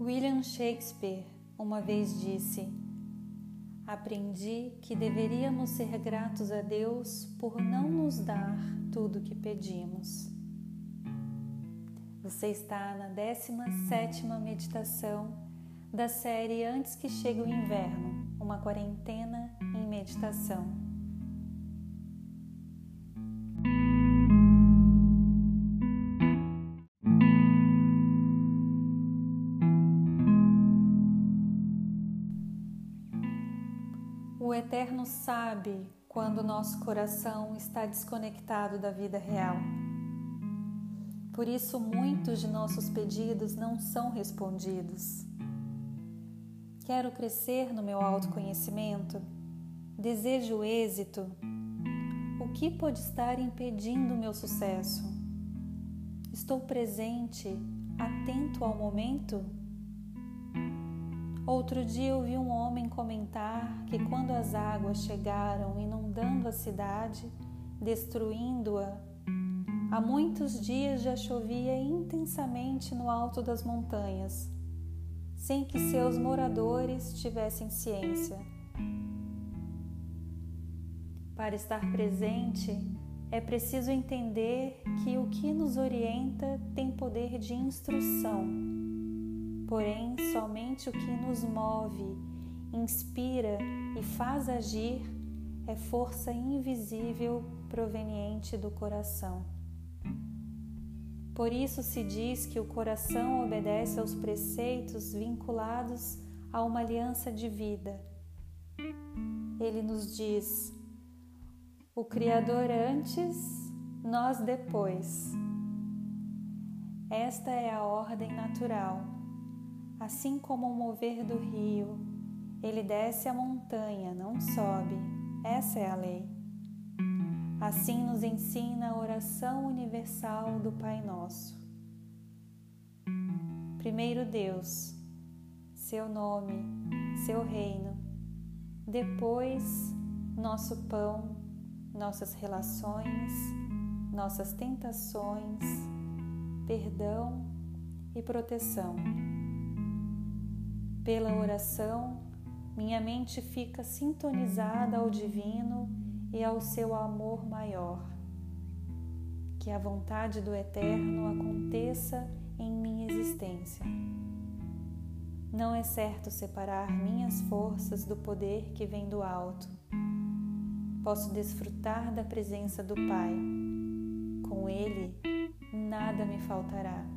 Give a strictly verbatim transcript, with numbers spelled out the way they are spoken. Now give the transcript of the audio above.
William Shakespeare uma vez disse: aprendi que deveríamos ser gratos a Deus por não nos dar tudo o que pedimos. Você está na décima sétima meditação da série Antes que Chegue o Inverno, uma quarentena em meditação. O Eterno sabe quando nosso coração está desconectado da vida real. Por isso, muitos de nossos pedidos não são respondidos. Quero crescer no meu autoconhecimento? Desejo êxito? O que pode estar impedindo o meu sucesso? Estou presente, atento ao momento? Outro dia ouvi um homem comentar que quando as águas chegaram inundando a cidade, destruindo-a, há muitos dias já chovia intensamente no alto das montanhas, sem que seus moradores tivessem ciência. Para estar presente, é preciso entender que o que nos orienta tem poder de instrução. Porém, somente o que nos move, inspira e faz agir é força invisível proveniente do coração. Por isso se diz que o coração obedece aos preceitos vinculados a uma aliança de vida. Ele nos diz: o Criador antes, nós depois. Esta é a ordem natural. Assim como o mover do rio, ele desce a montanha, não sobe. Essa é a lei. Assim nos ensina a oração universal do Pai Nosso. Primeiro Deus, seu nome, seu reino. Depois, nosso pão, nossas relações, nossas tentações, perdão e proteção. Pela oração, minha mente fica sintonizada ao divino e ao seu amor maior. Que a vontade do Eterno aconteça em minha existência. Não é certo separar minhas forças do poder que vem do alto. Posso desfrutar da presença do Pai. Com Ele, nada me faltará.